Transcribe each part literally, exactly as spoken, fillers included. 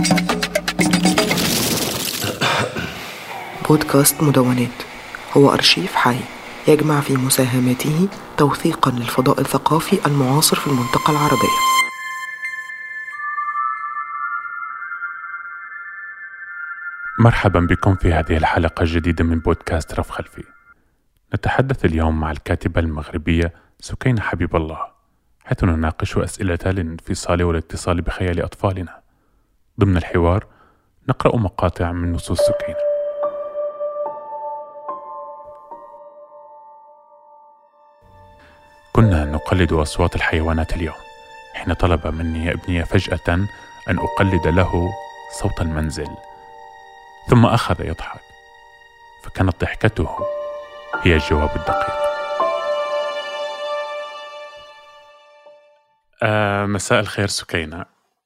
بودكاست مدونات هو أرشيف حي يجمع في مساهماته توثيقاً للفضاء الثقافي المعاصر في المنطقة العربية. مرحباً بكم في هذه الحلقة الجديدة من بودكاست رف خلفي. نتحدث اليوم مع الكاتبة المغربية سكينة حبيب الله، حيث نناقش أسئلتها للانفصال والاتصال بخيال أطفالنا. ضمن الحوار نقرأ مقاطع من نصوص سكينة. كنا نقلد أصوات الحيوانات اليوم، حين طلب مني ابني فجأة أن أقلد له صوت المنزل، ثم أخذ يضحك، فكانت ضحكته هي الجواب الدقيق. آه مساء الخير سكينة.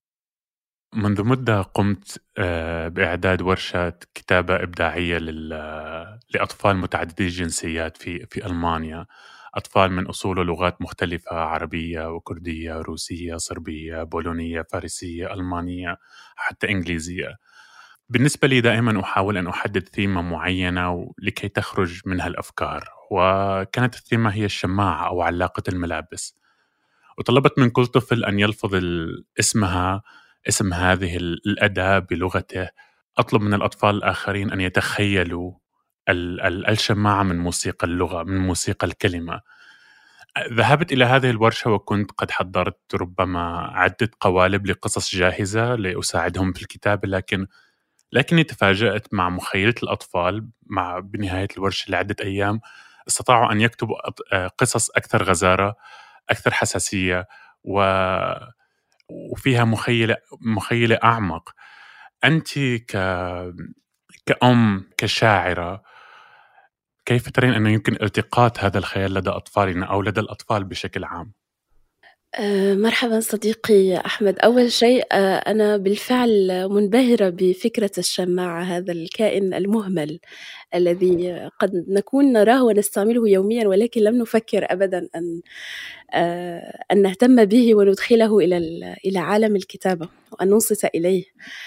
منذ مدة قمت آه بإعداد ورشة كتابة إبداعية لأطفال متعددي الجنسيات في في ألمانيا، أطفال من أصول ولغات مختلفة، عربية وكردية، روسية، صربية، بولونية، فارسية، ألمانية، حتى إنجليزية. بالنسبة لي دائما أحاول أن أحدد ثيمة معينة لكي تخرج منها الأفكار، وكانت الثيمة هي الشماعة أو علاقة الملابس. وطلبت من كل طفل أن يلفظ اسمها اسم هذه الأداة بلغته. أطلب من الأطفال الآخرين أن يتخيلوا الشماعة من موسيقى اللغة، من موسيقى الكلمة. ذهبت إلى هذه الورشة وكنت قد حضرت ربما عدة قوالب لقصص جاهزة لأساعدهم في الكتابة، لكن لكني تفاجأت مع مخيلة الأطفال. مع بنهاية الورشة لعدة أيام استطاعوا أن يكتبوا قصص أكثر غزارة، أكثر حساسية، و... وفيها مخيلة مخيلة أعمق. أنت ك... كأم، كشاعرة، كيف ترين أنه يمكن التقاط هذا الخيال لدى أطفالنا أو لدى الأطفال بشكل عام؟ مرحبا صديقي أحمد. أول شيء أنا بالفعل منبهرة بفكرة الشماعة، هذا الكائن المهمل الذي قد نكون نراه ونستعمله يوميا، ولكن لم نفكر أبدا أن أن نهتم به وندخله إلى إلى عالم الكتابة وأن ننصت إليه.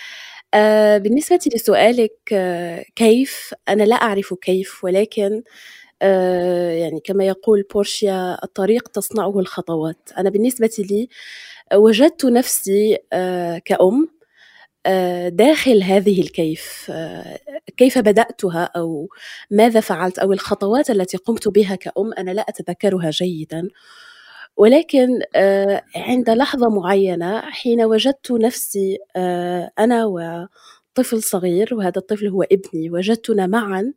بالنسبة لسؤالك كيف، أنا لا أعرف كيف، ولكن آه يعني كما يقول بورشيا، الطريق تصنعه الخطوات. أنا بالنسبة لي وجدت نفسي آه كأم آه داخل هذه الكيف، آه كيف بدأتها أو ماذا فعلت أو الخطوات التي قمت بها كأم أنا لا أتذكرها جيدا، ولكن آه عند لحظة معينة حين وجدت نفسي آه أنا وطفل صغير، وهذا الطفل هو ابني، وجدتنا معا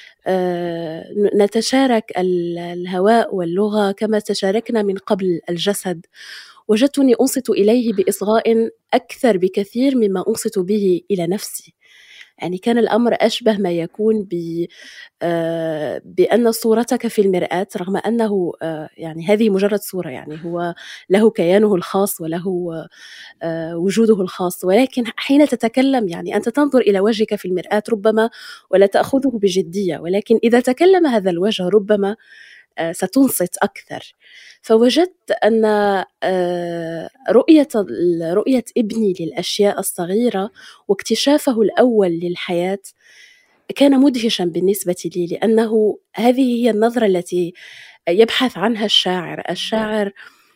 آه نتشارك الهواء واللغة كما تشاركنا من قبل الجسد. وجدتني أنصت إليه بإصغاء أكثر بكثير مما أنصت به إلى نفسي. يعني كان الأمر أشبه ما يكون ب آه بأن صورتك في المرآة، رغم أنه آه يعني هذه مجرد صورة، يعني هو له كيانه الخاص وله آه وجوده الخاص، ولكن حين تتكلم يعني أنت تنظر إلى وجهك في المرآة ربما ولا تأخذه بجدية، ولكن إذا تكلم هذا الوجه ربما آه ستنصت أكثر. فوجدت أن آه رؤية رؤية ابني للأشياء الصغيرة واكتشافه الأول للحياة كان مدهشا بالنسبة لي، لأنه هذه هي النظرة التي يبحث عنها الشاعر. الشاعر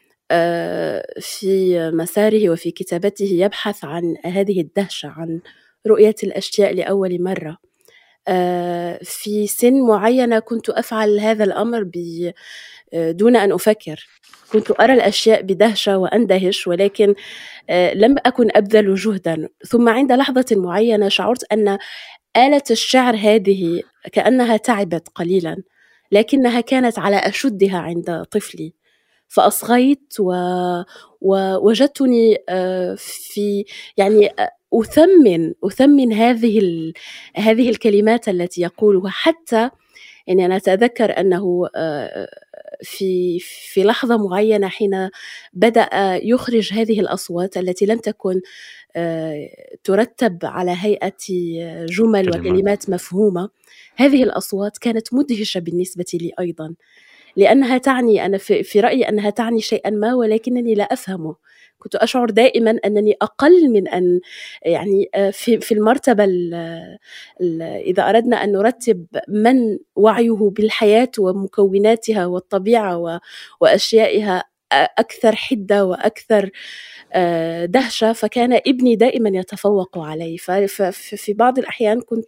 في مساره وفي كتابته يبحث عن هذه الدهشة، عن رؤية الأشياء لأول مرة. في سن معينة كنت أفعل هذا الأمر دون أن أفكر، كنت أرى الأشياء بدهشة وأندهش، ولكن لم أكن أبذل جهدا. ثم عند لحظة معينة شعرت أن آلة الشعر هذه كأنها تعبت قليلا، لكنها كانت على أشدها عند طفلي، فأصغيت و... ووجدتني في يعني أثمن أثمن هذه ال... هذه الكلمات التي يقولها. حتى يعني أنا أتذكر أنه في في لحظة معينة حين بدأ يخرج هذه الأصوات التي لم تكن ترتب على هيئة جمل وكلمات مفهومة، هذه الأصوات كانت مدهشة بالنسبة لي أيضا، لأنها تعني، أنا في رأيي أنها تعني شيئا ما ولكنني لا أفهمه. كنت أشعر دائما أنني أقل من أن يعني في في المرتبة ال ال إذا أردنا أن نرتب من وعيه بالحياة ومكوناتها والطبيعة وأشيائها أكثر حدة وأكثر دهشة، فكان ابني دائما يتفوق علي. ففي بعض الأحيان كنت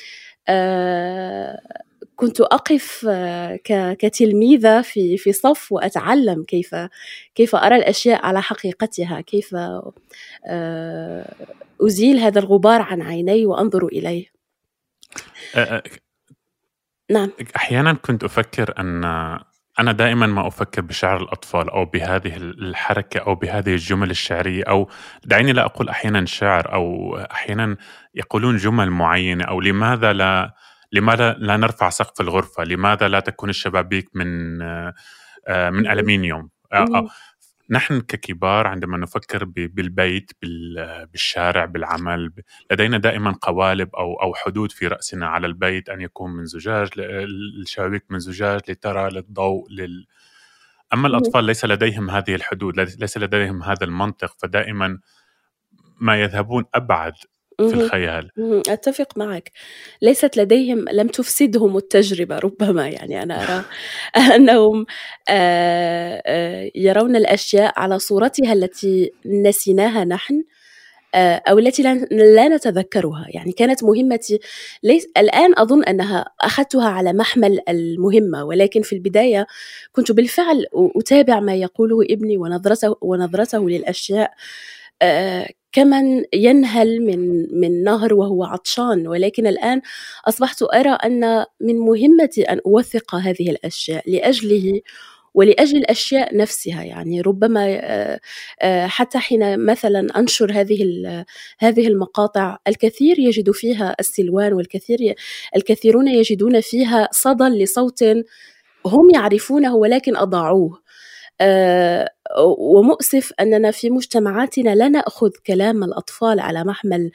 كنت أقف كتلميذة في في صف وأتعلم كيف كيف أرى الأشياء على حقيقتها، كيف أزيل هذا الغبار عن عيني وأنظر إليه. أه نعم. أحيانا كنت أفكر أن أنا دائما ما أفكر بشعر الأطفال أو بهذه الحركة أو بهذه الجمل الشعرية، أو دعيني لا أقول أحيانا شعر، أو أحيانا يقولون جمل معينة، أو لماذا لا لماذا لا نرفع سقف الغرفة، لماذا لا تكون الشبابيك من من ألمنيوم. نحن ككبار عندما نفكر بالبيت، بالشارع، بالعمل، لدينا دائما قوالب أو أو حدود في رأسنا على البيت، أن يكون من زجاج، الشبابيك من زجاج لترى للضوء لل... أما الأطفال ليس لديهم هذه الحدود، ليس لديهم هذا المنطق، فدائما ما يذهبون أبعد في الخيال. أتفق معك، ليست لديهم، لم تفسدهم التجربة ربما، يعني أنا أرى أنهم يرون الأشياء على صورتها التي نسيناها نحن أو التي لا نتذكرها. يعني كانت مهمتي ليس الآن أظن أنها أخذتها على محمل المهمة، ولكن في البداية كنت بالفعل أتابع ما يقوله ابني ونظرته ونظرته للأشياء كمن ينهل من من نهر وهو عطشان. ولكن الآن أصبحت أرى أن من مهمتي أن أوثق هذه الأشياء لأجله ولأجل الأشياء نفسها. يعني ربما حتى حين مثلا أنشر هذه هذه المقاطع، الكثير يجد فيها السلوان، والكثير الكثيرون يجدون فيها صدى لصوت هم يعرفونه ولكن أضاعوه. أه ومؤسف أننا في مجتمعاتنا لا نأخذ كلام الأطفال على محمل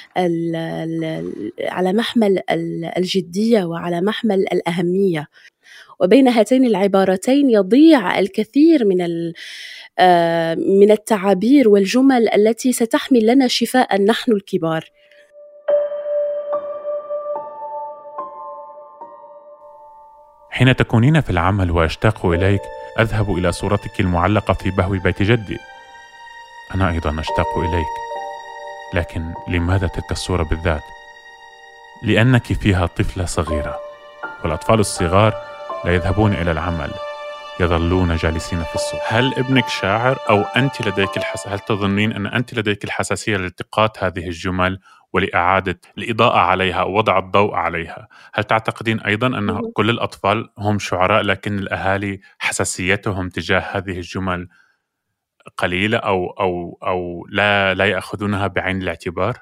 على محمل الجدية وعلى محمل الأهمية، وبين هاتين العبارتين يضيع الكثير من من التعابير والجمل التي ستحمل لنا شفاء نحن الكبار. حين تكونين في العمل وأشتاق إليك، أذهب إلى صورتك المعلقة في بهو بيت جدي. أنا أيضا أشتاق إليك، لكن لماذا تلك الصورة بالذات؟ لأنك فيها طفلة صغيرة، والأطفال الصغار لا يذهبون إلى العمل، يظلون جالسين في الصف. هل ابنك شاعر أو أنت لديك الحس... هل تظنين أن أنت لديك الحساسية لالتقاط هذه الجمل ولإعادة الإضاءة عليها ووضع الضوء عليها؟ هل تعتقدين أيضا أن كل الأطفال هم شعراء، لكن الأهالي حساسيتهم تجاه هذه الجمل قليلة أو أو أو لا لا يأخذونها بعين الاعتبار؟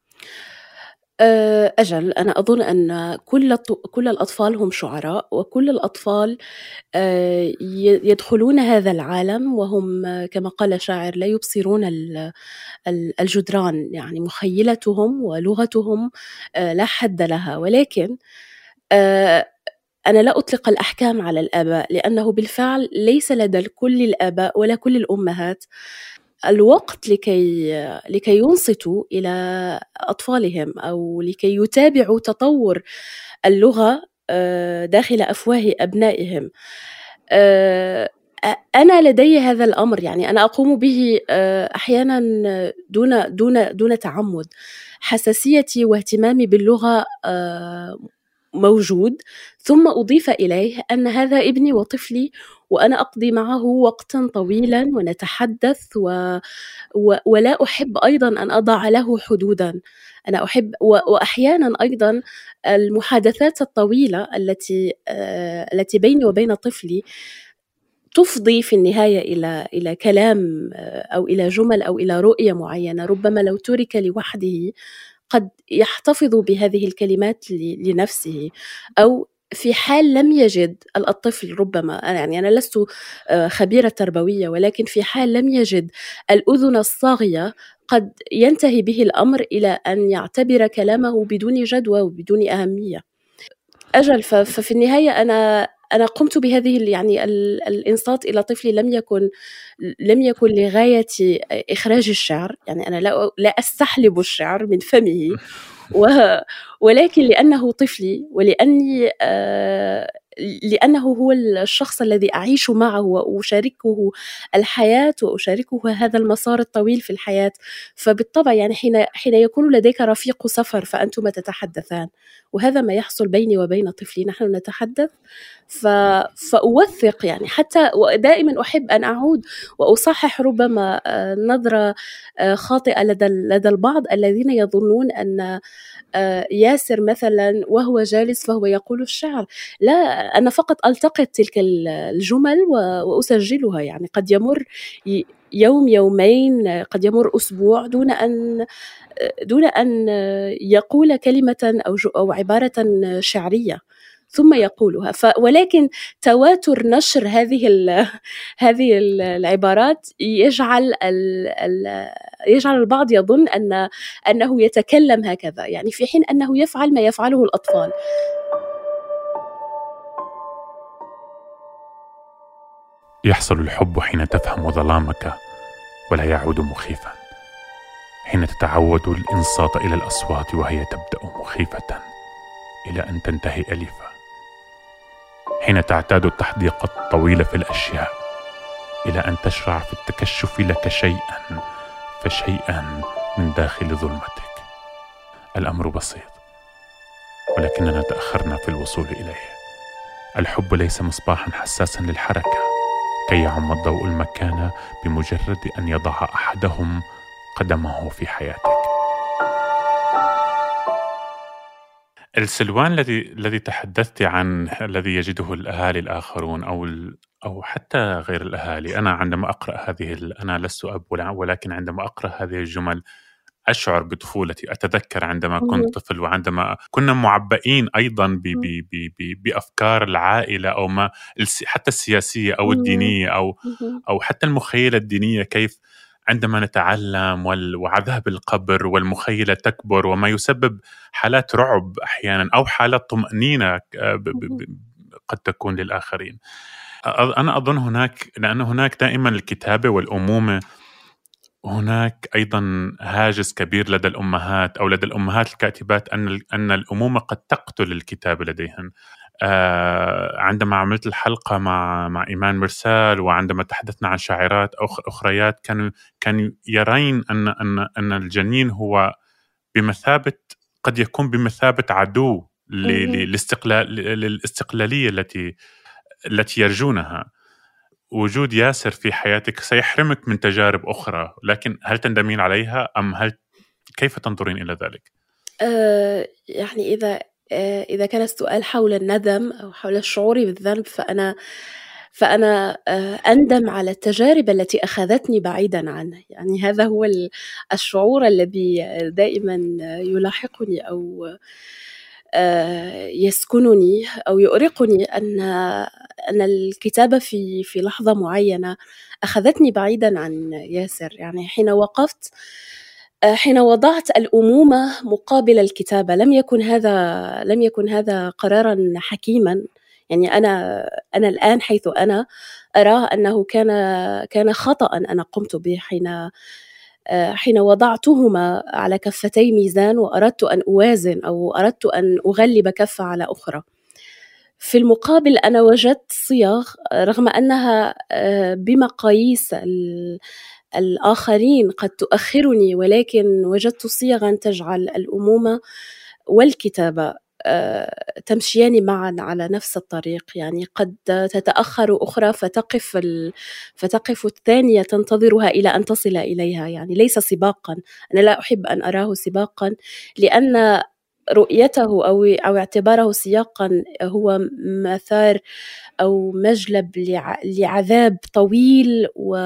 أجل، أنا أظن أن كل كل الأطفال هم شعراء، وكل الأطفال يدخلون هذا العالم وهم كما قال شاعر لا يبصرون الجدران، يعني مخيلتهم ولغتهم لا حد لها. ولكن أنا لا أطلق الأحكام على الآباء، لأنه بالفعل ليس لدى كل الآباء ولا كل الأمهات الوقت لكي لكي ينصتوا إلى أطفالهم أو لكي يتابعوا تطور اللغة داخل أفواه أبنائهم. أنا لدي هذا الأمر، يعني أنا أقوم به أحيانا دون دون دون تعمد. حساسيتي واهتمامي باللغة موجود، ثم أضيف إليه أن هذا ابني وطفلي، وأنا أقضي معه وقتا طويلا ونتحدث و... و... ولا أحب أيضا أن أضع له حدودا. أنا أحب و... وأحيانا أيضا المحادثات الطويلة التي آه... التي بيني وبين طفلي تفضي في النهاية إلى إلى كلام أو إلى جمل أو إلى رؤية معينة. ربما لو ترك لوحده قد يحتفظ بهذه الكلمات لنفسه، أو في حال لم يجد الطفل، ربما يعني أنا لست خبيرة تربوية، ولكن في حال لم يجد الأذن الصاغية قد ينتهي به الأمر إلى أن يعتبر كلامه بدون جدوى وبدون أهمية. أجل، ففي النهاية أنا أنا قمت بهذه يعني الإنصات إلى طفلي لم يكن لم يكن لغاية إخراج الشعر، يعني أنا لا لا أستحلب الشعر من فمه، ولكن لأنه طفلي، ولأني لأنه هو الشخص الذي أعيش معه وأشاركه الحياة وأشاركه هذا المسار الطويل في الحياة. فبالطبع يعني حين حين يكون لديك رفيق سفر فأنتما تتحدثان، وهذا ما يحصل بيني وبين طفلي، نحن نتحدث فأوثق يعني، حتى دائما أحب أن أعود وأصحح ربما نظرة خاطئة لدى لدى البعض الذين يظنون أن ياسر مثلا وهو جالس فهو يقول الشعر. لا، أنا فقط ألتقط تلك الجمل وأسجلها، يعني قد يمر يوم يومين، قد يمر أسبوع دون أن دون أن يقول كلمة أو أو عبارة شعرية ثم يقولها. ف ولكن تواتر نشر هذه ال هذه العبارات يجعل ال ال يجعل البعض يظن أن أنه يتكلم هكذا، يعني في حين أنه يفعل ما يفعله الأطفال. يحصل الحب حين تفهم ظلامك ولا يعود مخيفا، حين تتعود الإنصات إلى الأصوات وهي تبدأ مخيفة إلى أن تنتهي أليفة، حين تعتاد التحديق الطويل في الأشياء إلى أن تشرع في التكشف لك شيئا فشيئا من داخل ظلمتك. الأمر بسيط، ولكننا تأخرنا في الوصول إليه. الحب ليس مصباحا حساسا للحركة كي يعم الضوء المكان بمجرد أن يضع أحدهم قدمه في حياتك. السلوان الذي الذي تحدثت عنه، الذي يجده الأهالي الآخرون أو أو حتى غير الأهالي، أنا عندما أقرأ هذه، أنا لست أب ولكن عندما أقرأ هذه الجمل أشعر بطفولتي. أتذكر عندما كنت طفل وعندما كنا معبئين أيضا ب ب ب ب بأفكار العائلة أو ما حتى السياسية أو الدينية أو أو حتى المخيلة الدينية، كيف عندما نتعلم وعذاب القبر والمخيلة تكبر وما يسبب حالات رعب أحيانا أو حالات طمأنينة قد تكون للآخرين. أنا أظن هناك، لأن هناك دائما الكتابة والأمومة، هناك أيضا هاجس كبير لدى الأمهات أو لدى الأمهات الكاتبات أن أن الأمومة قد تقتل الكتابة لديهن. آه عندما عملت الحلقة مع مع إيمان مرسال وعندما تحدثنا عن شاعرات أو أخريات، كانوا كانوا يرين أن أن أن الجنين هو بمثابة، قد يكون بمثابة عدو للاستقلال للاستقلالية التي التي يرجونها. وجود ياسر في حياتك سيحرمك من تجارب أخرى، لكن هل تندمين عليها أم هل كيف تنظرين إلى ذلك؟ أه يعني إذا أه إذا كان السؤال حول الندم أو حول الشعور بالذنب، فأنا فأنا أه أندم على التجارب التي أخذتني بعيدا عنه. يعني هذا هو الشعور الذي دائما يلاحقني أو يسكنني أو يؤرقني، أن أن الكتابة في في لحظة معينة أخذتني بعيدا عن ياسر. يعني حين وقفت حين وضعت الأمومة مقابل الكتابة، لم يكن هذا لم يكن هذا قرارا حكيما. يعني أنا أنا الآن حيث أنا أراه أنه كان كان خطأ أنا قمت به حين حين وضعتهما على كفتي ميزان وأردت أن أوازن أو أردت أن أغلب كفة على أخرى. في المقابل أنا وجدت صيغ رغم أنها بمقاييس الآخرين قد تؤخرني، ولكن وجدت صيغا تجعل الأمومة والكتابة تمشيان معا على نفس الطريق. يعني قد تتأخر أخرى فتقف ال... فتقف الثانية تنتظرها إلى أن تصل إليها. يعني ليس سباقا، أنا لا أحب أن أراه سباقا، لأن رؤيته أو أو اعتباره سياقا هو مثار أو مجلب لع... لعذاب طويل و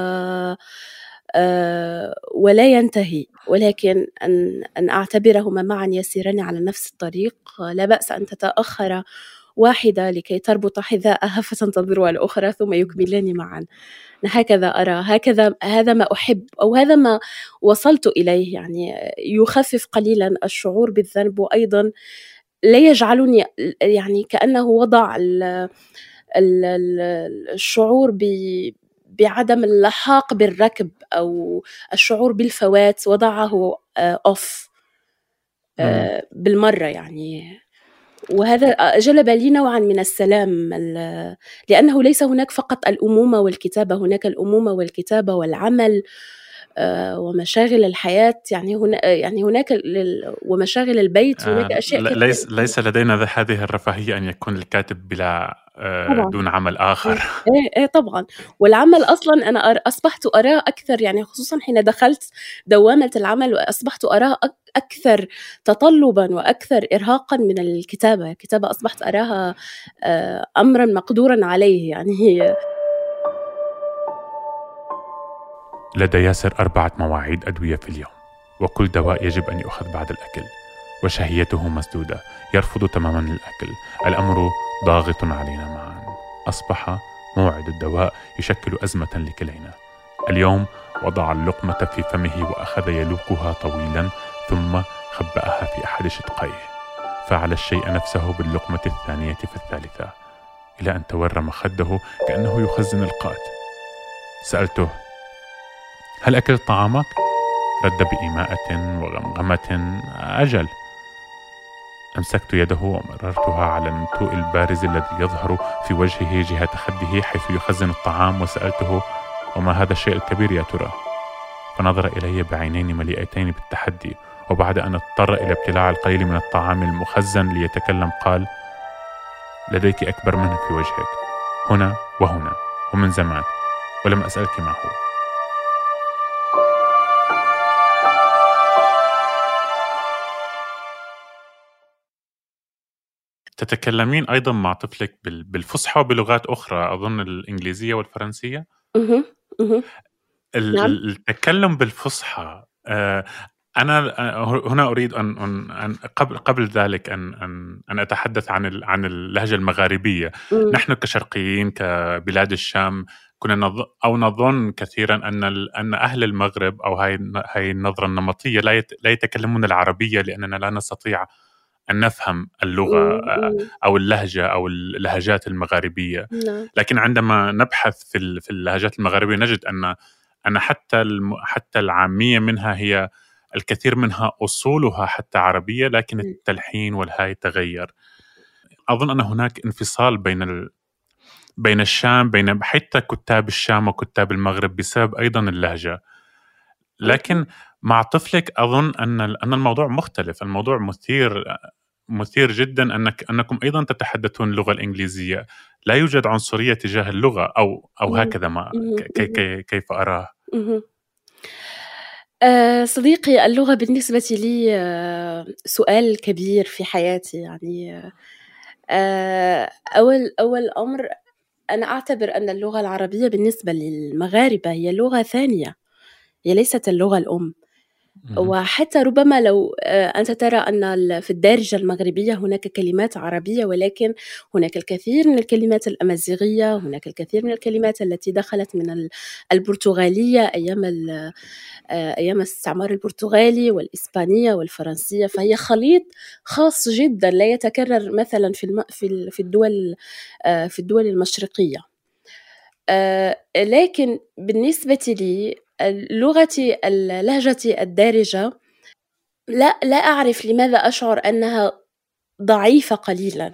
أه ولا ينتهي. ولكن أن, أن أعتبرهما معا يسيران على نفس الطريق. لا بأس أن تتأخر واحدة لكي تربط حذاءها فتنتظرها الأخرى ثم يكملان معا. هكذا أرى، هكذا هذا ما أحب أو هذا ما وصلت إليه. يعني يخفف قليلا الشعور بالذنب، وأيضا لا يجعلني يعني كأنه وضع الشعور بعدم اللحاق بالركب أو الشعور بالفوات وضعه أوف بالمرة يعني. وهذا جلب لي نوعا من السلام، لأنه ليس هناك فقط الأمومة والكتابة، هناك الأمومة والكتابة والعمل ومشاغل الحياة، يعني هنا يعني هناك ومشاغل البيت، هناك أشياء كثيرة. ليس ليس لدينا هذه الرفاهية أن يكون الكاتب بلا دون عمل آخر. إيه إيه طبعا. والعمل أصلا أنا أصبحت أراه أكثر، يعني خصوصا حين دخلت دوامة العمل وأصبحت أراه أكثر تطلبا وأكثر إرهاقا من الكتابة. الكتابة أصبحت أراها أمرا مقدورا عليه يعني. لدى ياسر أربعة مواعيد أدوية في اليوم، وكل دواء يجب أن يؤخذ بعد الأكل، وشهيته مسدودة، يرفض تماما الأكل. الأمر ضاغط علينا معا. أصبح موعد الدواء يشكل أزمة لكلينا. اليوم وضع اللقمة في فمه وأخذ يلوكها طويلا، ثم خبأها في أحد شدقيه. فعل الشيء نفسه باللقمة الثانية في الثالثة، إلى أن تورم خده كأنه يخزن القات. سألته: هل أكلت طعامك؟ رد بإيماءة وغمغمة: أجل. أمسكت يده ومررتها على النتوء البارز الذي يظهر في وجهه جهة خده حيث يخزن الطعام، وسألته: وما هذا الشيء الكبير يا ترى؟ فنظر إلي بعينين مليئتين بالتحدي، وبعد أن اضطر إلى ابتلاع القليل من الطعام المخزن ليتكلم قال: لديك أكبر منه في وجهك، هنا وهنا ومن زمان، ولم أسألك ما هو. تتكلمين أيضا مع طفلك بالفصحى وبلغات أخرى، أظن الإنجليزية والفرنسية. التكلم بالفصحى، أنا هنا أريد أن, أن قبل قبل ذلك أن أن أن أتحدث عن عن اللهجة المغاربية. نحن كشرقيين كبلاد الشام كنا نظ أو نظن كثيرا أن أن أهل المغرب أو هاي هاي النظرة النمطية لا لا يتكلمون العربية، لأننا لا نستطيع أن نفهم اللغة أو اللهجة أو اللهجات المغاربية. لكن عندما نبحث في في اللهجات المغاربية نجد أن أن حتى حتى العامية منها هي الكثير منها أصولها حتى عربية، لكن التلحين والهاي تغير. أظن أن هناك انفصال بين ال... بين الشام، بين حتى كتاب الشام وكتاب المغرب بسبب أيضا اللهجة. لكن مع طفلك أظن أن أن الموضوع مختلف، الموضوع مثير مثير جدا، أنك أنكم أيضا تتحدثون اللغة الإنجليزية، لا يوجد عنصرية تجاه اللغة أو أو هكذا ما كي كي كيف أراه. أه صديقي، اللغة بالنسبة لي أه سؤال كبير في حياتي. يعني أه أول أول أمر أنا أعتبر أن اللغة العربية بالنسبة للمغاربة هي لغة ثانية، هي ليست اللغة الأم. وحتى ربما لو أنت ترى أن في الدارجة المغربية هناك كلمات عربية، ولكن هناك الكثير من الكلمات الأمازيغية، هناك الكثير من الكلمات التي دخلت من البرتغالية أيام أيام الاستعمار البرتغالي والإسبانية والفرنسية، فهي خليط خاص جدا لا يتكرر مثلا في في الدول في الدول المشرقية. لكن بالنسبة لي لغتي اللهجة الدارجة لا لا أعرف لماذا أشعر أنها ضعيفة قليلا،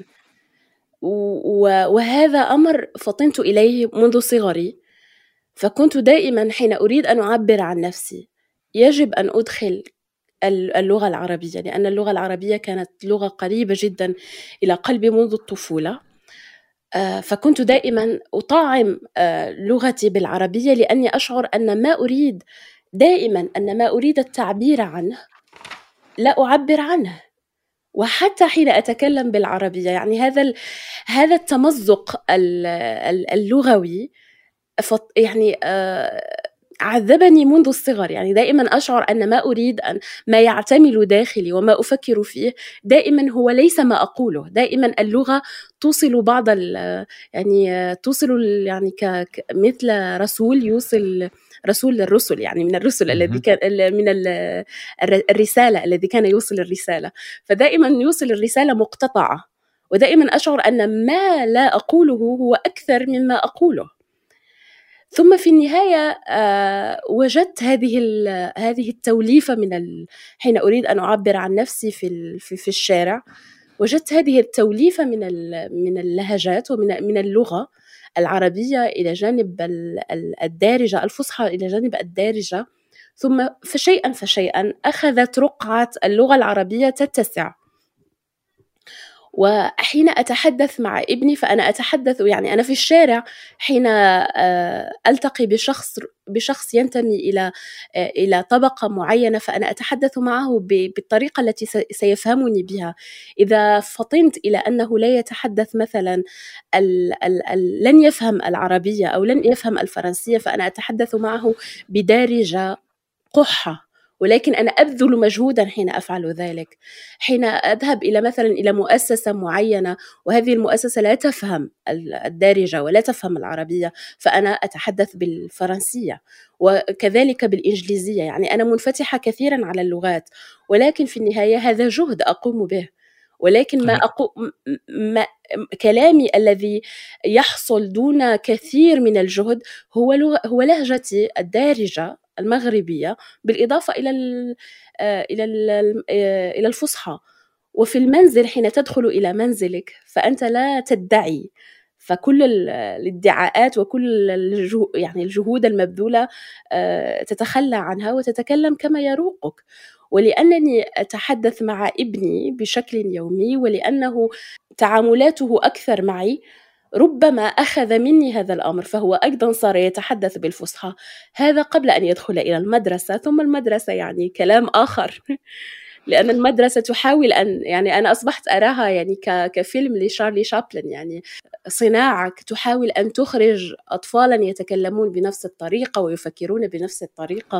وهذا أمر فطنت إليه منذ صغري. فكنت دائما حين أريد أن أعبر عن نفسي يجب أن أدخل اللغة العربية، لأن اللغة العربية كانت لغة قريبة جدا إلى قلبي منذ الطفولة. فكنت دائما أطعم لغتي بالعربية، لأني أشعر أن ما أريد دائما أن ما أريد التعبير عنه لا أعبر عنه، وحتى حين أتكلم بالعربية يعني هذا هذا التمزق اللغوي يعني عذبني منذ الصغر. يعني دائما أشعر أن ما أريد أن ما يعتمل داخلي وما أفكر فيه دائما هو ليس ما أقوله. دائما اللغة توصل بعض يعني توصل يعني كمثل رسول يوصل رسول للرسل، يعني من الرسل الذي كان من الرسالة الذي كان يوصل الرسالة، فدائما يوصل الرسالة مقتطعة ودائما أشعر أن ما لا أقوله هو أكثر مما أقوله. ثم في النهاية آه وجدت هذه هذه التوليفة من ال... حين أريد أن أعبر عن نفسي في في, في الشارع، وجدت هذه التوليفة من من اللهجات ومن من اللغة العربية إلى جانب الدارجة الفصحى إلى جانب الدارجة، ثم فشيئا فشيئا أخذت رقعة اللغة العربية تتسع. وحين أتحدث مع ابني فأنا أتحدث يعني أنا في الشارع حين ألتقي بشخص بشخص ينتمي إلى إلى طبقة معينة فأنا أتحدث معه بالطريقة التي سيفهمني بها. إذا فطنت إلى أنه لا يتحدث مثلا ال ال ال لن يفهم العربية أو لن يفهم الفرنسية فأنا أتحدث معه بدارجة قحة، ولكن أنا أبذل مجهودا حين أفعل ذلك. حين أذهب إلى مثلا إلى مؤسسة معينة وهذه المؤسسة لا تفهم الدارجة ولا تفهم العربية فأنا أتحدث بالفرنسية، وكذلك بالإنجليزية. يعني أنا منفتحة كثيرا على اللغات، ولكن في النهاية هذا جهد أقوم به. ولكن ما أقوم ما كلامي الذي يحصل دون كثير من الجهد هو هو لهجتي الدارجة المغربية بالإضافة إلى ال إلى ال إلى الفصحى. وفي المنزل حين تدخل إلى منزلك فأنت لا تدعي، فكل الادعاءات وكل الجهود يعني الجهود المبذولة تتخلى عنها وتتكلم كما يروقك. ولأنني أتحدث مع ابني بشكل يومي ولأنه تعاملاته أكثر معي ربما أخذ مني هذا الأمر، فهو أيضا صار يتحدث بالفصحى. هذا قبل أن يدخل إلى المدرسة، ثم المدرسة يعني كلام آخر لأن المدرسة تحاول أن يعني أنا أصبحت أراها يعني كفيلم لشارلي شابلن، يعني صناعة تحاول أن تخرج أطفالا يتكلمون بنفس الطريقة ويفكرون بنفس الطريقة.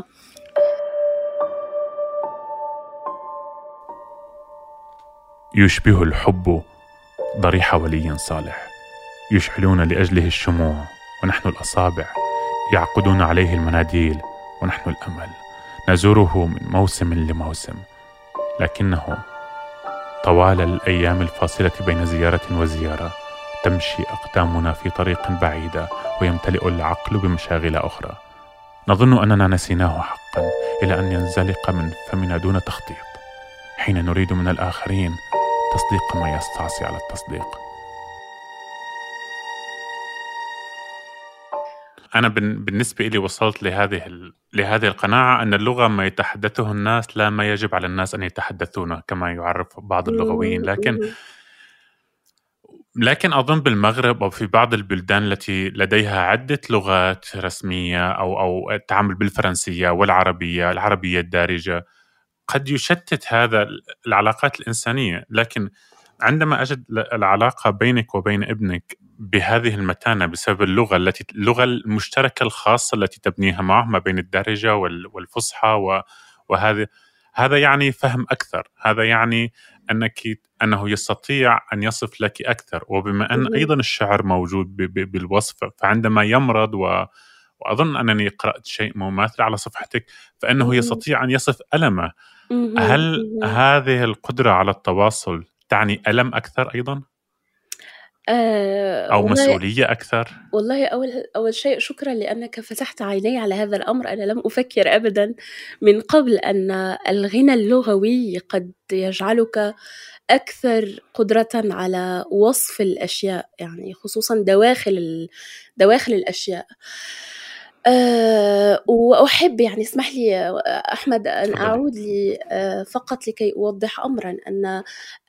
يشبه الحب ضريح ولي صالح، يشعلون لأجله الشموع ونحن الأصابع، يعقدون عليه المناديل ونحن الأمل، نزوره من موسم لموسم، لكنه طوال الأيام الفاصلة بين زيارة وزيارة تمشي أقدامنا في طريق بعيدة ويمتلئ العقل بمشاغل أخرى. نظن أننا نسيناه حقا إلى أن ينزلق من فمنا دون تخطيط، حين نريد من الآخرين تصديق ما يستعصي على التصديق. أنا بالنسبة لي وصلت لهذه لهذه القناعة أن اللغة ما يتحدثه الناس لا ما يجب على الناس أن يتحدثونه كما يعرف بعض اللغويين، لكن لكن أظن بالمغرب أو في بعض البلدان التي لديها عدة لغات رسمية أو أو التعامل بالفرنسية والعربية العربية الدارجة قد يشتت هذا العلاقات الإنسانية. لكن عندما أجد العلاقة بينك وبين ابنك بهذه المتانة بسبب اللغة التي اللغة المشتركة الخاصة التي تبنيها معه ما بين الدارجة والفصحى، وهذا هذا يعني فهم أكثر، هذا يعني أنك أنه يستطيع أن يصف لك أكثر. وبما أن أيضا الشعر موجود بالوصف، فعندما يمرض و وأظن أنني قرأت شيء مماثل على صفحتك فإنه يستطيع أن يصف ألمه. هل هذه القدرة على التواصل تعني ألم أكثر أيضا؟ أو مسؤولية أكثر؟ والله أول, أول شيء شكرا لأنك فتحت عيني على هذا الأمر. أنا لم أفكر أبدا من قبل أن الغنى اللغوي قد يجعلك أكثر قدرة على وصف الأشياء، يعني خصوصا دواخل, دواخل الأشياء. أه وأحب يعني اسمح لي أحمد أن أعود لي أه فقط لكي أوضح أمرا أن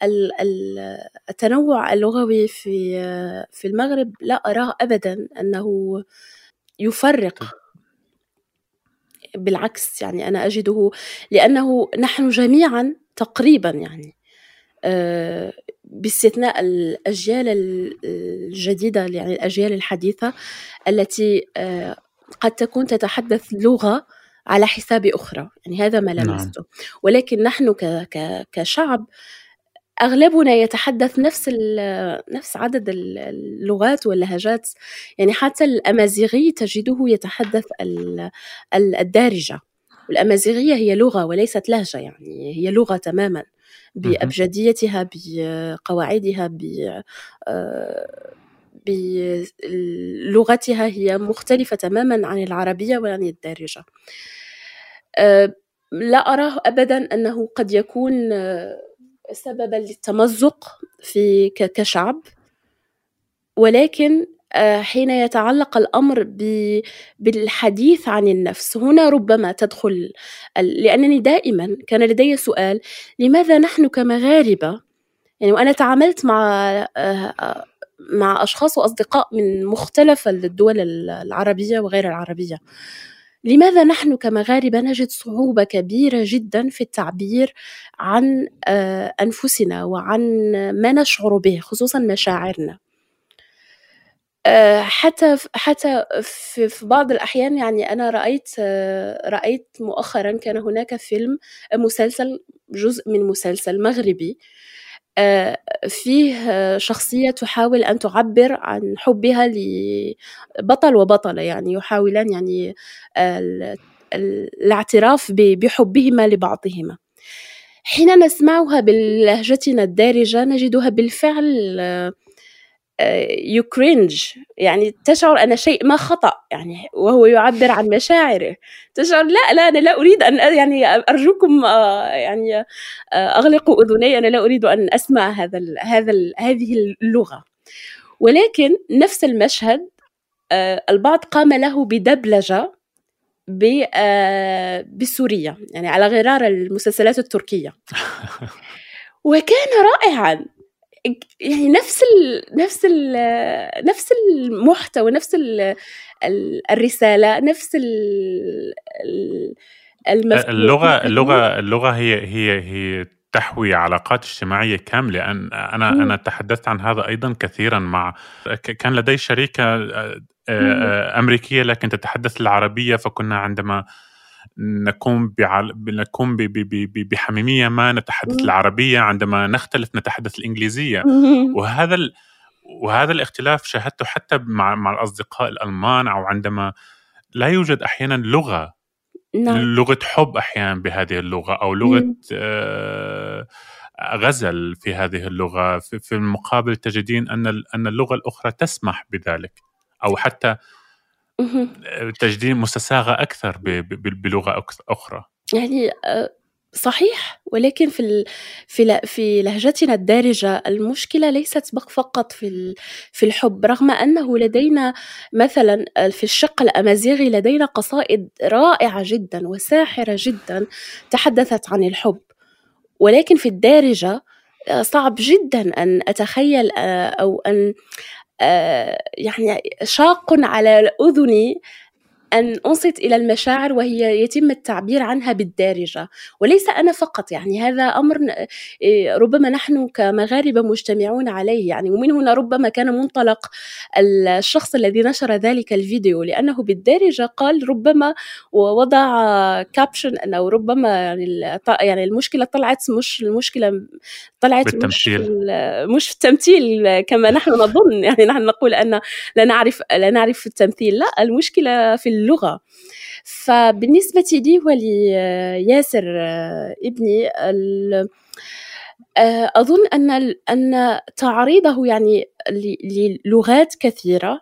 التنوع اللغوي في في المغرب لا أراه أبدا أنه يفرق، بالعكس يعني أنا أجده لأنه نحن جميعا تقريبا يعني أه باستثناء الأجيال الجديدة يعني الأجيال الحديثة التي أه قد تكون تتحدث لغة على حساب أخرى، يعني هذا ما لمسته. ولكن نحن كشعب أغلبنا يتحدث نفس نفس عدد اللغات واللهجات، يعني حتى الأمازيغي تجده يتحدث الدارجة والأمازيغية هي لغة وليست لهجة، يعني هي لغة تماماً بأبجديتها بقواعدها بلغتها، هي مختلفة تماماً عن العربية وعن الدارجة. لا أراه أبداً أنه قد يكون سبباً للتمزق في كشعب، ولكن حين يتعلق الأمر بالحديث عن النفس هنا ربما تدخل، لأنني دائما كان لدي سؤال: لماذا نحن كمغاربة، يعني وأنا تعاملت مع مع أشخاص وأصدقاء من مختلف الدول العربية وغير العربية، لماذا نحن كمغاربة نجد صعوبة كبيرة جدا في التعبير عن أنفسنا وعن ما نشعر به، خصوصا مشاعرنا؟ حتى حتى في بعض الأحيان، يعني أنا رأيت رأيت مؤخرا كان هناك فيلم مسلسل جزء من مسلسل مغربي فيه شخصية تحاول أن تعبر عن حبها لبطل وبطلة، يعني يحاولان يعني الاعتراف بحبهما لبعضهما. حين نسمعها بلهجتنا الدارجة نجدها بالفعل يكرنج، يعني تشعر أن شيء ما خطأ، يعني وهو يعبر عن مشاعره تشعر لا لا أنا لا أريد أن، يعني أرجوكم يعني أغلقوا أذني، أنا لا أريد أن أسمع هذا ال هذا ال هذه اللغة. ولكن نفس المشهد البعض قام له بدبلجة بسوريا، يعني على غرار المسلسلات التركية وكان رائعا، يعني نفس ال نفس ال نفس المحتوى، نفس ال الرسالة، نفس المفهوم. اللغة اللغة اللغة هي هي هي تحوي علاقات اجتماعية كاملة. أن أنا أنا تحدثت عن هذا أيضا كثيرا مع كان لدي شريكة أمريكية لكن تتحدث العربية، فكنا عندما نقوم بعل... نقوم ب... ب... ب... بحميمية ما نتحدث العربية، عندما نختلف نتحدث الإنجليزية. وهذا ال... وهذا الاختلاف شاهدته حتى مع مع الأصدقاء الألمان، أو عندما لا يوجد أحيانا لغة نعم. لغة حب أحيانا بهذه اللغة، أو لغة آه غزل في هذه اللغة، في, في المقابل تجدين أن أن اللغة الأخرى تسمح بذلك، أو حتى تجدين مستساغة أكثر بلغة أخرى. يعني صحيح، ولكن في في في لهجتنا الدارجة المشكلة ليست فقط في في الحب، رغم أنه لدينا مثلا في الشق الأمازيغي لدينا قصائد رائعة جدا وساحرة جدا تحدثت عن الحب، ولكن في الدارجة صعب جدا أن أتخيل أو أن يعني شاق على أذني أن أنصت إلى المشاعر وهي يتم التعبير عنها بالدارجة. وليس أنا فقط، يعني هذا أمر ربما نحن كمغاربة مجتمعون عليه، يعني ومن هنا ربما كان منطلق الشخص الذي نشر ذلك الفيديو، لأنه بالدارجة قال ربما ووضع كابشن أو ربما يعني يعني المشكلة طلعت مش المشكلة طلعت مش مش في التمثيل كما نحن نظن، يعني نحن نقول أن لا نعرف لا نعرف التمثيل، لا، المشكلة في اللغة. فبالنسبة لي ولياسر ابني أظن أن أن تعريضه يعني للغات كثيرة،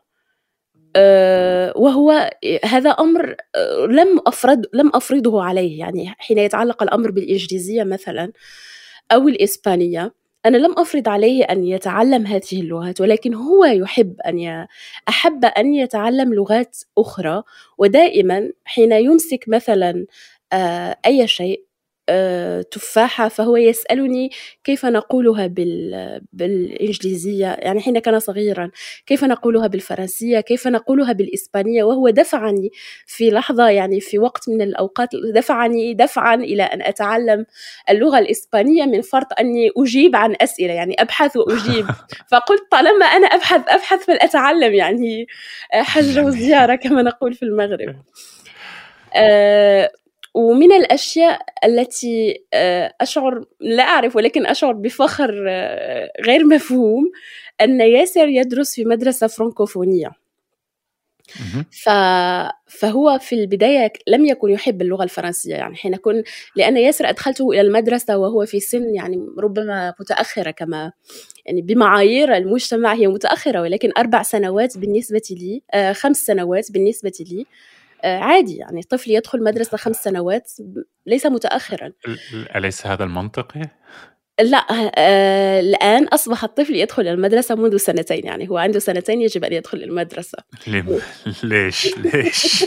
وهو هذا أمر لم أفرض لم أفرضه عليه، يعني حين يتعلق الأمر بالإنجليزية مثلا أو الإسبانية أنا لم أفرض عليه أن يتعلم هذه اللغات، ولكن هو يحب أن ي... أحب أن يتعلم لغات أخرى. ودائما حين يمسك مثلا أي شيء تفاحة فهو يسألني كيف نقولها بال... بالإنجليزية، يعني حين كان صغيرا كيف نقولها بالفرنسية، كيف نقولها بالإسبانية، وهو دفعني في لحظة، يعني في وقت من الأوقات دفعني دفعا إلى أن أتعلم اللغة الإسبانية من فرط أني أجيب عن أسئلة، يعني أبحث وأجيب. فقلت طالما أنا أبحث أبحث فلأتعلم، يعني حج وزيارة كما نقول في المغرب. أه ومن الأشياء التي أشعر لا أعرف ولكن أشعر بفخر غير مفهوم أن ياسر يدرس في مدرسة فرنكوفونية. ف... فهو في البداية لم يكن يحب اللغة الفرنسية، يعني حين كن لأن ياسر أدخلته إلى المدرسة وهو في سن يعني ربما متأخرة، كما يعني بمعايير المجتمع هي متأخرة، ولكن أربع سنوات بالنسبة لي آه خمس سنوات بالنسبة لي آه عادي، يعني طفل يدخل مدرسة خمس سنوات ليس متأخرا. أليس هذا المنطقي؟ لا آه الآن أصبح الطفل يدخل المدرسة منذ سنتين، يعني هو عنده سنتين يجب أن يدخل المدرسة. ليش ليش؟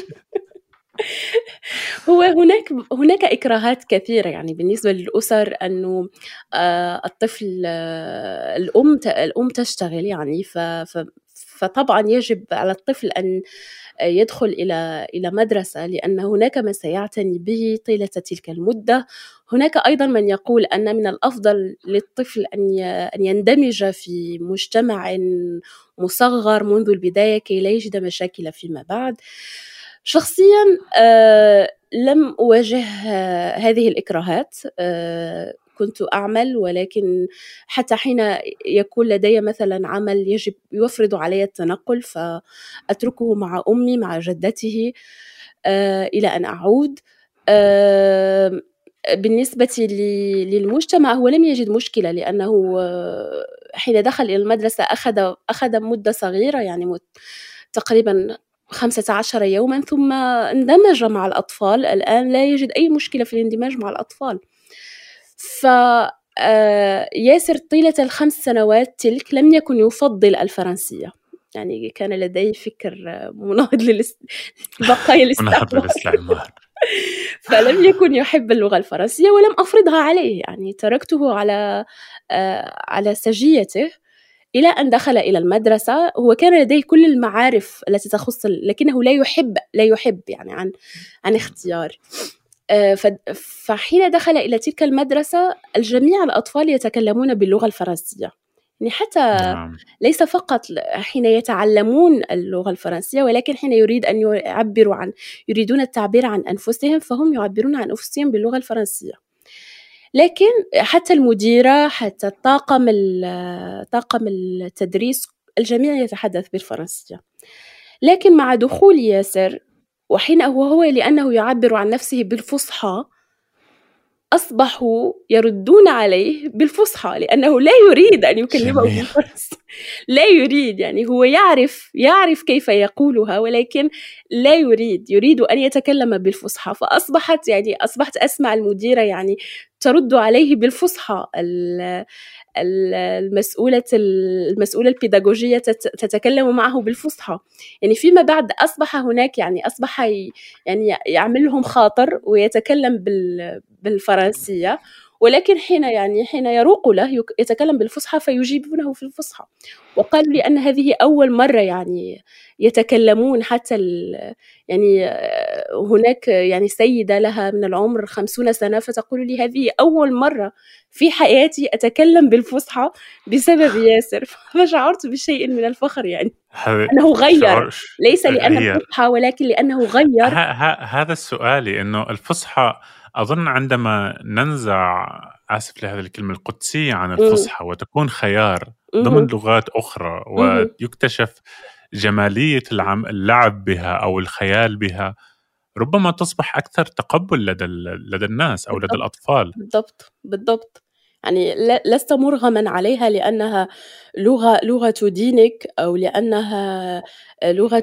هو هناك هناك إكراهات كثيرة يعني بالنسبة للأسر، أنه آه الطفل آه الأم الأم تشتغل يعني ف فطبعا يجب على الطفل أن يدخل إلى إلى مدرسة، لأن هناك من سيعتني به طيلة تلك المدة. هناك أيضا من يقول أن من الأفضل للطفل أن أن يندمج في مجتمع مصغر منذ البداية كي لا يجد مشاكل فيما بعد. شخصيا آه لم أواجه هذه الإكراهات، آه كنت أعمل، ولكن حتى حين يكون لدي مثلا عمل يجب يفرض علي التنقل فأتركه مع أمي مع جدته آه إلى أن أعود. آه بالنسبة للمجتمع هو لم يجد مشكلة، لأنه حين دخل إلى المدرسة أخذ أخذ مدة صغيرة، يعني تقريبا خمسة عشر يوما، ثم اندمج مع الأطفال. الآن لا يجد أي مشكلة في الاندماج مع الأطفال. ف ياسر طيلة الخمس سنوات تلك لم يكن يفضل الفرنسية، يعني كان لديه فكر مناهض لبقايا الاستعمار فلم يكن يحب اللغة الفرنسية ولم أفرضها عليه، يعني تركته على على سجيته إلى أن دخل إلى المدرسة. هو كان لديه كل المعارف التي تخص، لكنه لا يحب لا يحب يعني عن عن اختيار. فحين دخل إلى تلك المدرسة الجميع الأطفال يتكلمون باللغة الفرنسية، يعني حتى نعم. ليس فقط حين يتعلمون اللغة الفرنسية، ولكن حين يريد أن يعبروا عن يريدون التعبير عن أنفسهم فهم يعبرون عن أنفسهم باللغة الفرنسية. لكن حتى المديرة، حتى الطاقم طاقم التدريس، الجميع يتحدث بالفرنسية. لكن مع دخول ياسر وحين هو لأنه يعبر عن نفسه بالفصحى أصبحوا يردون عليه بالفصحى، لأنه لا يريد أن يكلمه بالفرنسي، لا يريد، يعني هو يعرف يعرف كيف يقولها ولكن لا يريد يريد أن يتكلم بالفصحى. فأصبحت يعني أصبحت أسمع المديرة يعني ترد عليه بالفصحى، المسؤولة المسؤولة البيداغوجية تتكلم معه بالفصحى. يعني فيما بعد أصبح هناك يعني أصبح يعني يعمل لهم خاطر ويتكلم بالفرنسية، ولكن حين يعني حين يروق له يتكلم بالفصحى فيجيبونه في الفصحى. وقالوا لي أن هذه أول مرة يعني يتكلمون، حتى يعني هناك يعني سيدة لها من العمر خمسون سنة فتقول لي هذه أول مرة في حياتي أتكلم بالفصحى بسبب ياسر. فشعرت بشيء من الفخر، يعني أنه غير، ليس لأنه الفصحى ولكن لأنه غير. هذا السؤال، إنه الفصحى أظن عندما ننزع آسف لهذه الكلمة القدسية عن الفصحى وتكون خيار ضمن لغات أخرى ويكتشف جمالية اللعب بها أو الخيال بها، ربما تصبح أكثر تقبل لدى لدى الناس أو لدى الأطفال. بالضبط بالضبط، يعني لست مرغما عليها لأنها لغة لغة دينك أو لأنها لغة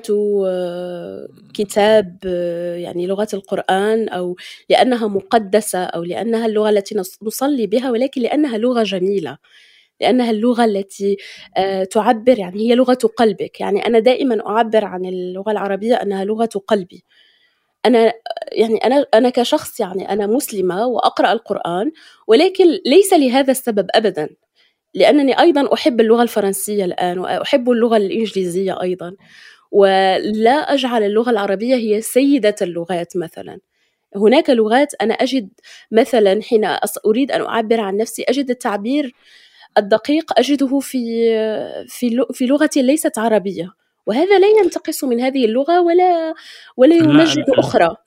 كتاب يعني لغة القرآن أو لأنها مقدسة أو لأنها اللغة التي نصلي بها، ولكن لأنها لغة جميلة، لأنها اللغة التي تعبر، يعني هي لغة قلبك. يعني أنا دائما أعبر عن اللغة العربية أنها لغة قلبي. أنا يعني أنا أنا كشخص يعني أنا مسلمة وأقرأ القرآن، ولكن ليس لهذا السبب أبدا، لأنني أيضا أحب اللغة الفرنسية الآن وأحب اللغة الإنجليزية أيضا، ولا أجعل اللغة العربية هي سيدة اللغات. مثلا هناك لغات أنا أجد مثلا حين أريد أن أعبر عن نفسي أجد التعبير الدقيق أجده في في في لغة ليست عربية، وهذا لا ينتقص من هذه اللغة ولا ولا يمجد أخرى.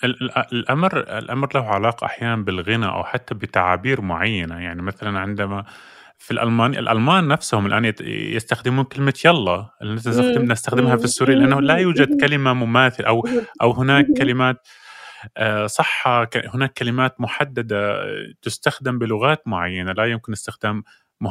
الأمر الأمر له علاقة أحيانا بالغنى أو حتى بتعابير معينة. يعني مثلا عندما في الألماني الألمان نفسهم الآن يستخدمون كلمة يلا اللي نستخدمها في السوري، لأنه لا يوجد كلمة مماثلة أو أو هناك كلمات صح، هناك كلمات محددة تستخدم بلغات معينة لا يمكن استخدام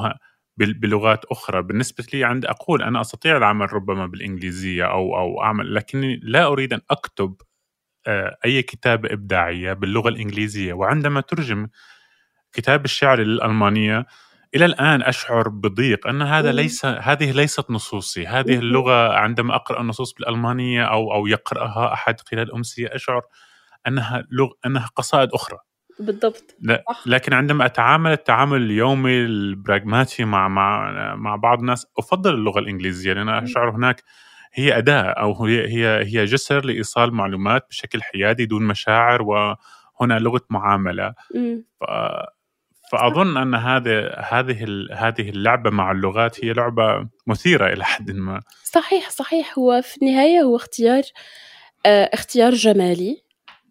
بلغات أخرى. بالنسبة لي عند أقول أنا أستطيع العمل ربما بالإنجليزية أو أو أعمل، لكني لا أريد أن أكتب أي كتابة إبداعية باللغة الإنجليزية. وعندما ترجم كتاب الشعر للألمانية إلى الآن أشعر بضيق أن هذا ليس هذه ليست نصوصي. هذه اللغة عندما أقرأ النصوص بالألمانية أو أو يقرأها أحد خلال أمسية أشعر أنها لغة أنها قصائد أخرى. بالضبط. لا لكن عندما أتعامل التعامل اليومي البراغماتي مع مع مع بعض الناس أفضل اللغة الإنجليزية، لأن أشعر هناك هي أداة أو هي هي هي جسر لإيصال معلومات بشكل حيادي دون مشاعر، وهنا لغة معاملة. ف فأظن أن هذه هذه هذه اللعبة مع اللغات هي لعبة مثيرة إلى حد ما. صحيح صحيح. هو في النهاية هو اختيار آه اختيار جمالي،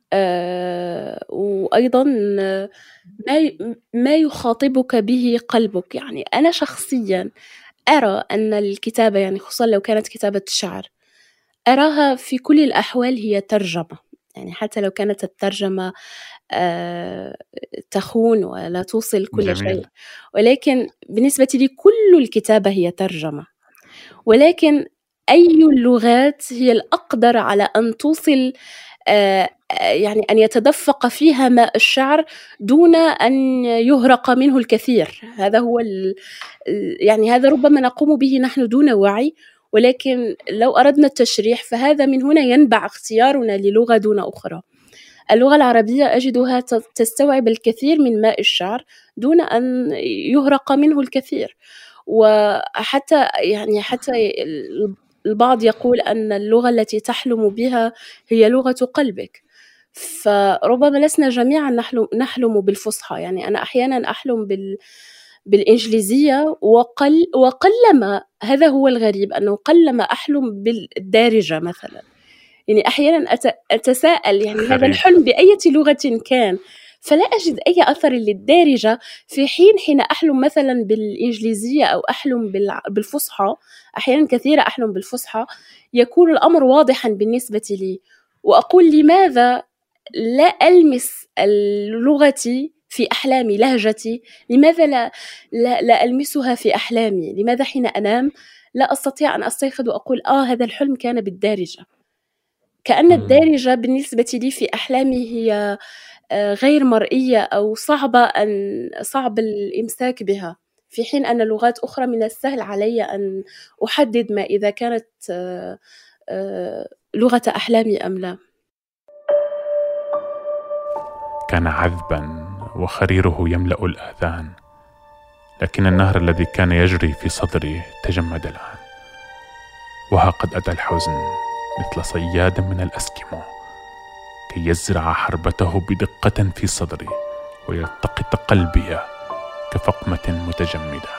آه وأيضا ما ما يخاطبك به قلبك. يعني أنا شخصيا أرى أن الكتابة، يعني خصوصا لو كانت كتابة الشعر، أراها في كل الأحوال هي ترجمة. يعني حتى لو كانت الترجمة آه تخون ولا توصل كل جميل. شيء، ولكن بالنسبة لي كل الكتابة هي ترجمة. ولكن أي اللغات هي الأقدر على أن توصل آه يعني أن يتدفق فيها ماء الشعر دون أن يهرق منه الكثير. هذا هو يعني هذا ربما نقوم به نحن دون وعي، ولكن لو أردنا التشريح فهذا من هنا ينبع اختيارنا للغة دون أخرى. اللغة العربية أجدها تستوعب الكثير من ماء الشعر دون أن يهرق منه الكثير. وحتى يعني حتى البعض يقول أن اللغة التي تحلم بها هي لغة قلبك. فربما لسنا جميعا نحلم, نحلم بالفصحى. يعني أنا أحيانا أحلم بال بالإنجليزية، وقل وقلما هذا هو الغريب أنه قلما أحلم بالدارجة مثلا. يعني أحيانا أتساءل يعني هذا الحلم بأي لغة كان، فلا أجد أي أثر للدارجة، في حين حين أحلم مثلا بالإنجليزية أو أحلم بالفصحى، أحيانا كثيرة أحلم بالفصحى، يكون الأمر واضحا بالنسبة لي، وأقول لماذا لا ألمس لغتي في أحلامي، لهجتي، لماذا لا, لا, لا ألمسها في أحلامي؟ لماذا حين أنام لا أستطيع أن أستيقظ وأقول آه هذا الحلم كان بالدارجة؟ كأن الدارجة بالنسبة لي في أحلامي هي غير مرئية أو صعبة أن صعب الإمساك بها، في حين أن لغات أخرى من السهل علي أن أحدد ما إذا كانت لغة أحلامي أم لا. كان عذبا وخريره يملأ الآذان، لكن النهر الذي كان يجري في صدري تجمد الآن، وها قد أتى الحزن مثل صياد من الأسكيمو كي يزرع حربته بدقة في صدري ويلتقط قلبي كفقمة متجمدة.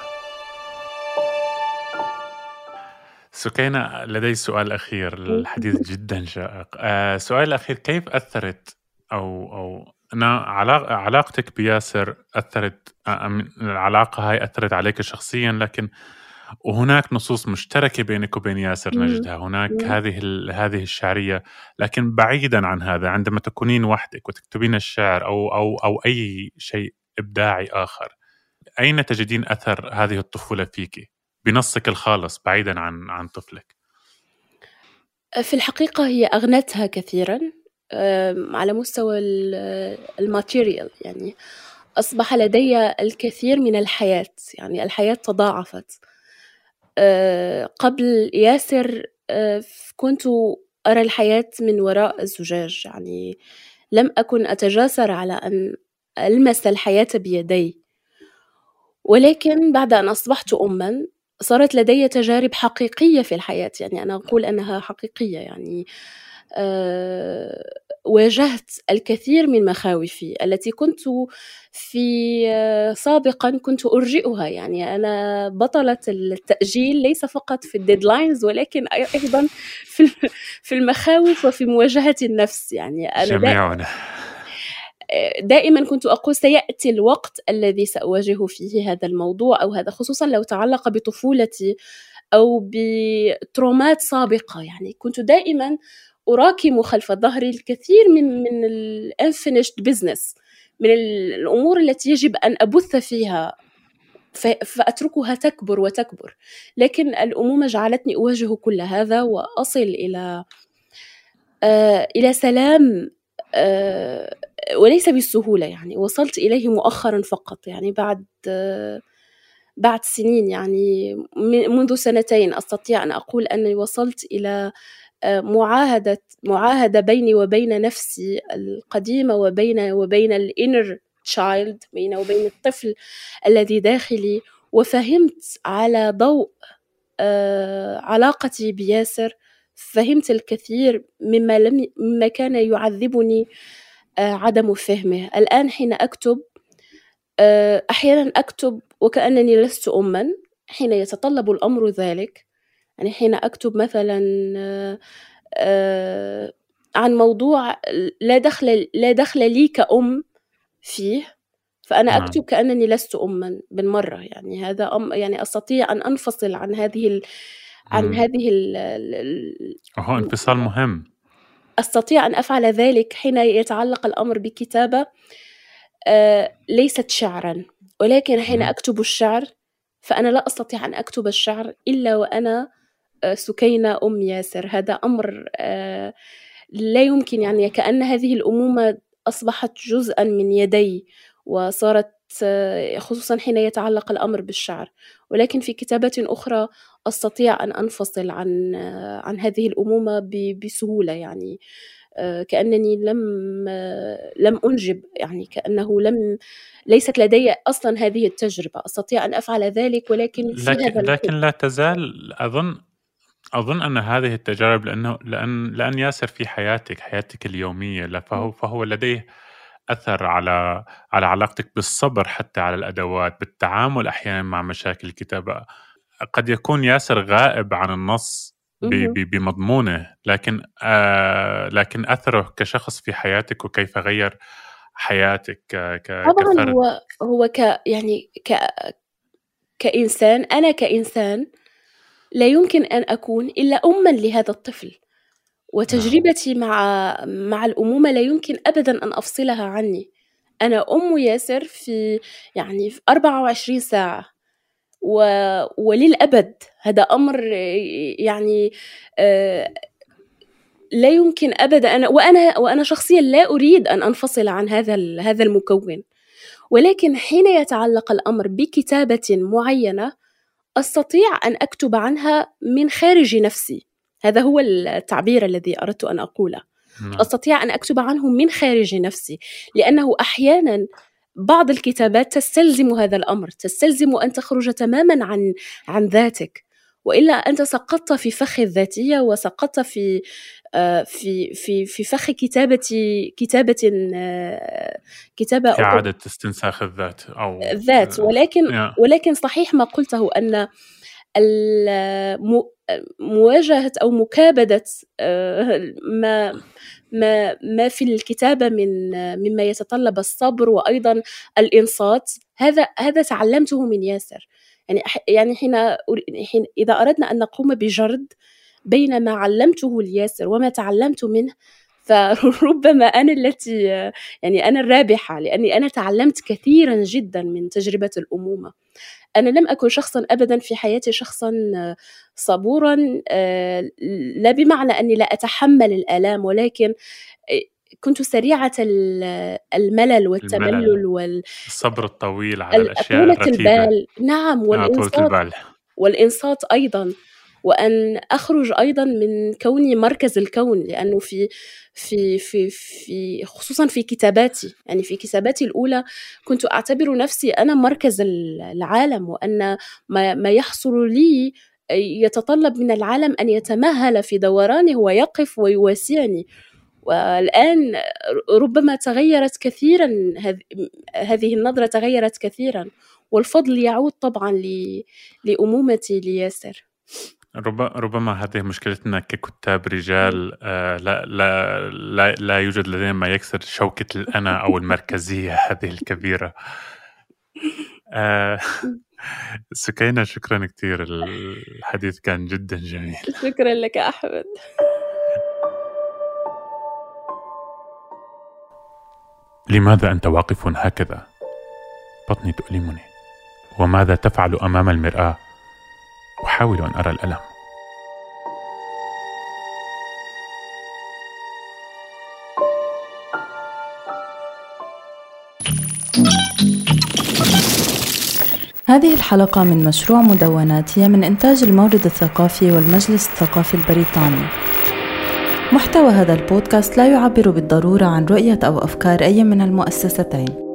سكينة، لدي سؤال أخير، الحديث جدا شائق. آه سؤال أخير، كيف أثرت أو أو أنا علاق علاقتك بياسر أثرت، العلاقة هاي أثرت عليك شخصيا، لكن وهناك نصوص مشتركة بينك وبين ياسر نجدها، هناك هذه هذه الشعرية، لكن بعيدا عن هذا عندما تكونين وحدك وتكتبين الشعر أو أو أو أي شيء إبداعي آخر، أين تجدين أثر هذه الطفولة فيك بنصك الخالص بعيدا عن عن طفلك؟ في الحقيقة هي أغنتها كثيرا على مستوى الماتيريال، يعني أصبح لدي الكثير من الحياة، يعني الحياة تضاعفت. قبل ياسر كنت أرى الحياة من وراء الزجاج، يعني لم أكن أتجاسر على أن ألمس الحياة بيدي، ولكن بعد أن أصبحت أماً صارت لدي تجارب حقيقية في الحياة، يعني أنا أقول أنها حقيقية، يعني أه واجهت الكثير من مخاوفي التي كنت في سابقا كنت أرجئها. يعني أنا بطلة التأجيل ليس فقط في الديدلاينز ولكن أيضا في في المخاوف وفي مواجهة النفس. يعني أنا جميعنا دائما كنت أقول سيأتي الوقت الذي سأواجه فيه هذا الموضوع أو هذا، خصوصا لو تعلق بطفولتي أو بترومات سابقة. يعني كنت دائما أراكم خلف ظهري الكثير من من ال unfinished business، من الأمور التي يجب أن أبث فيها فأتركها تكبر وتكبر. لكن الأمومة جعلتني أواجه كل هذا وأصل إلى آه إلى سلام، آه وليس بالسهولة. يعني وصلت إليه مؤخرا فقط، يعني بعد آه بعد سنين، يعني منذ سنتين أستطيع أن أقول أني وصلت إلى معاهدة معاهدة بيني وبين نفسي القديمة وبين وبين الانر تشايلد، بين وبين الطفل الذي داخلي. وفهمت على ضوء آه علاقتي بياسر، فهمت الكثير مما لم مما كان يعذبني آه عدم فهمه. الآن حين أكتب آه أحيانا أكتب وكأنني لست أمًا حين يتطلب الأمر ذلك. يعني حين أكتب مثلا آه آه عن موضوع لا دخل لا دخل لي كأم فيه، فأنا نعم. أكتب كأنني لست أمًا بالمرة. يعني هذا أم يعني أستطيع أن أنفصل عن هذه ال عن مم. هذه ال ال وهو انفصال مهم. أستطيع أن أفعل ذلك حين يتعلق الأمر بكتابة آه ليست شعرا، ولكن حين مم. أكتب الشعر فأنا لا أستطيع أن أكتب الشعر إلا وأنا آه سكينة أم ياسر. هذا أمر آه لا يمكن، يعني كأن هذه الأمومة أصبحت جزءا من يدي وصارت آه خصوصا حين يتعلق الأمر بالشعر. ولكن في كتابة أخرى أستطيع أن أنفصل عن آه عن هذه الأمومة بسهولة. يعني آه كأنني لم آه لم أنجب، يعني كأنه لم ليست لدي أصلا هذه التجربة. أستطيع أن أفعل ذلك ولكن في لكن هذا لكن الحب. لا تزال أظن أظن أن هذه التجارب لأنه لأن لأن ياسر في حياتك حياتك اليومية، فهو فهو لديه أثر على على علاقتك بالصبر، حتى على الأدوات، بالتعامل أحيانا مع مشاكل الكتابة. قد يكون ياسر غائب عن النص بمضمونه، لكن آه لكن أثره كشخص في حياتك وكيف غير حياتك طبعا كفرد. هو هو ك يعني ك كإنسان، أنا كإنسان لا يمكن أن أكون إلا أمًا لهذا الطفل، وتجربتي مع مع الأمومة لا يمكن أبدًا أن أفصلها عني. أنا أم ياسر في يعني في أربعة وعشرين ساعة و وللأبد. هذا أمر يعني آآ لا يمكن أبدًا. أنا وأنا وأنا شخصيًا لا أريد أن أنفصل عن هذا ال هذا المكون. ولكن حين يتعلق الأمر بكتابة معينة أستطيع أن أكتب عنها من خارج نفسي. هذا هو التعبير الذي أردت أن أقوله. أستطيع أن أكتب عنه من خارج نفسي، لأنه أحيانا بعض الكتابات تستلزم هذا الأمر، تستلزم أن تخرج تماما عن عن ذاتك، وإلا أنت سقطت في فخ الذاتية وسقطت في في في في فخ كتابة كتابة كتابة إعادة استنساخ الذات أو الذات. ولكن yeah. ولكن صحيح ما قلته أن مواجهة أو مكابدة ما ما ما في الكتابة من مما يتطلب الصبر وأيضا الإنصات، هذا هذا تعلمته من ياسر. يعني يعني حين حين إذا أردنا أن نقوم بجرد بين ما علمته لياسر وما تعلمت منه، فربما أنا التي يعني أنا الرابحة، لأني أنا تعلمت كثيرا جدا من تجربة الأمومة. أنا لم أكن شخصا أبدا في حياتي شخصا صبورا، لا بمعنى أني لا أتحمل الآلام، ولكن كنت سريعة الملل والتملل والصبر الطويل على الأشياء الرتيبة. البال. نعم، والإنصات والإنصات أيضا، وأن أخرج أيضا من كوني مركز الكون، لأنه في في في في خصوصا في كتاباتي، يعني في كتاباتي الأولى كنت أعتبر نفسي أنا مركز العالم، وأن ما ما يحصل لي يتطلب من العالم أن يتمهل في دورانه ويقف ويواسعني. والآن ربما تغيرت كثيرا، هذه النظرة تغيرت كثيرا، والفضل يعود طبعا لأمومتي لياسر. ربما هذه مشكلتنا ككتاب رجال. آه لا, لا, لا, لا يوجد لدينا ما يكسر شوكة الأنا أو المركزية هذه الكبيرة. آه سكينة، شكرا كتير، الحديث كان جدا جميل. شكرا لك أحمد. لماذا أنت واقف هكذا؟ بطني تؤلمني. وماذا تفعل أمام المرآة؟ أحاول أن أرى الألم. هذه الحلقة من مشروع مدونات هي من إنتاج المورد الثقافي والمجلس الثقافي البريطاني. محتوى هذا البودكاست لا يعبر بالضرورة عن رؤية أو أفكار أي من المؤسستين.